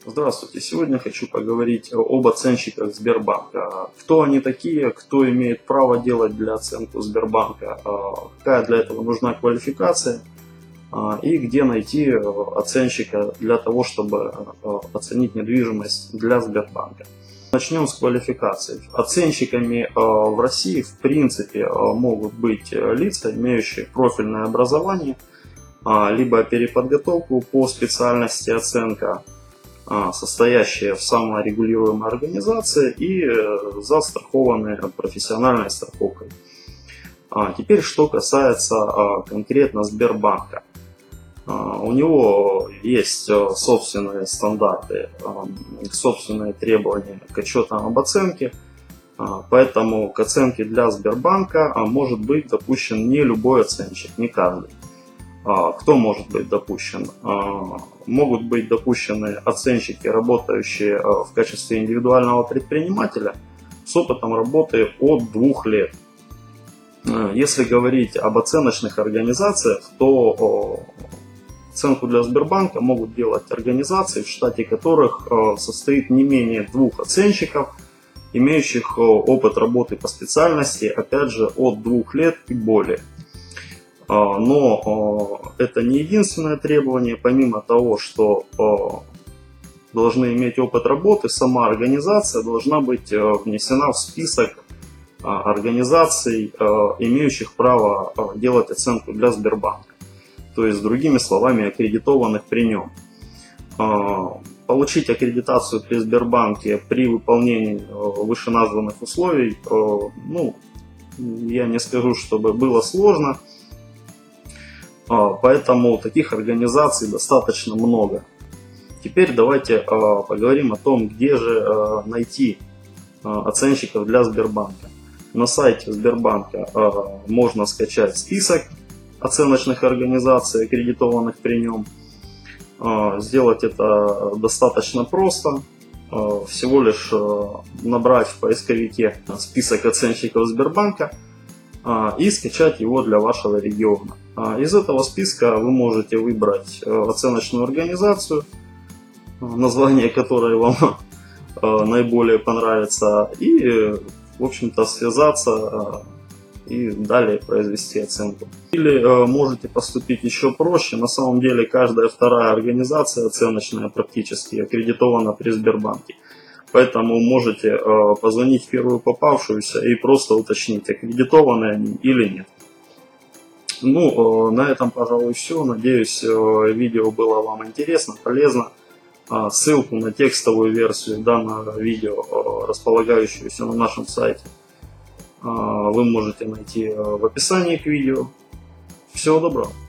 Здравствуйте! Сегодня хочу поговорить об оценщиках Сбербанка. Кто они такие, кто имеет право делать для оценки Сбербанка, какая для этого нужна квалификация и где найти оценщика для того, чтобы оценить недвижимость для Сбербанка. Начнем с квалификации. Оценщиками в России в принципе могут быть лица, имеющие профильное образование, либо переподготовку по специальности оценка, состоящие в саморегулируемой организации и застрахованные профессиональной страховкой. Теперь, что касается конкретно Сбербанка. У него есть собственные стандарты, собственные требования к отчетам об оценке, поэтому к оценке для Сбербанка может быть допущен не любой оценщик, не каждый. Кто может быть допущен? Могут быть допущены оценщики, работающие в качестве индивидуального предпринимателя с опытом работы от 2 лет. Если говорить об оценочных организациях, то оценку для Сбербанка могут делать организации, в штате которых состоит не менее 2 оценщиков, имеющих опыт работы по специальности, опять же, от 2 лет и более. Но это не единственное требование. Помимо того, что должны иметь опыт работы, сама организация должна быть внесена в список организаций, имеющих право делать оценку для Сбербанка. То есть, другими словами, аккредитованных при нем. Получить аккредитацию при Сбербанке при выполнении вышеназванных условий, я не скажу, чтобы было сложно. Поэтому таких организаций достаточно много. Теперь давайте поговорим о том, где же найти оценщиков для Сбербанка. На сайте Сбербанка можно скачать список оценочных организаций, аккредитованных при нем. Сделать это достаточно просто. Всего лишь набрать в поисковике список оценщиков Сбербанка и скачать его для вашего региона. Из этого списка вы можете выбрать оценочную организацию, название которой вам наиболее понравится, и, в общем-то, связаться и далее произвести оценку. Или можете поступить еще проще. На самом деле каждая вторая организация оценочная практически аккредитована при Сбербанке. Поэтому можете позвонить в первую попавшуюся и просто уточнить, аккредитованы они или нет. На этом, пожалуй, все. Надеюсь, видео было вам интересно, полезно. Ссылку на текстовую версию данного видео, располагающуюся на нашем сайте, вы можете найти в описании к видео. Всего доброго!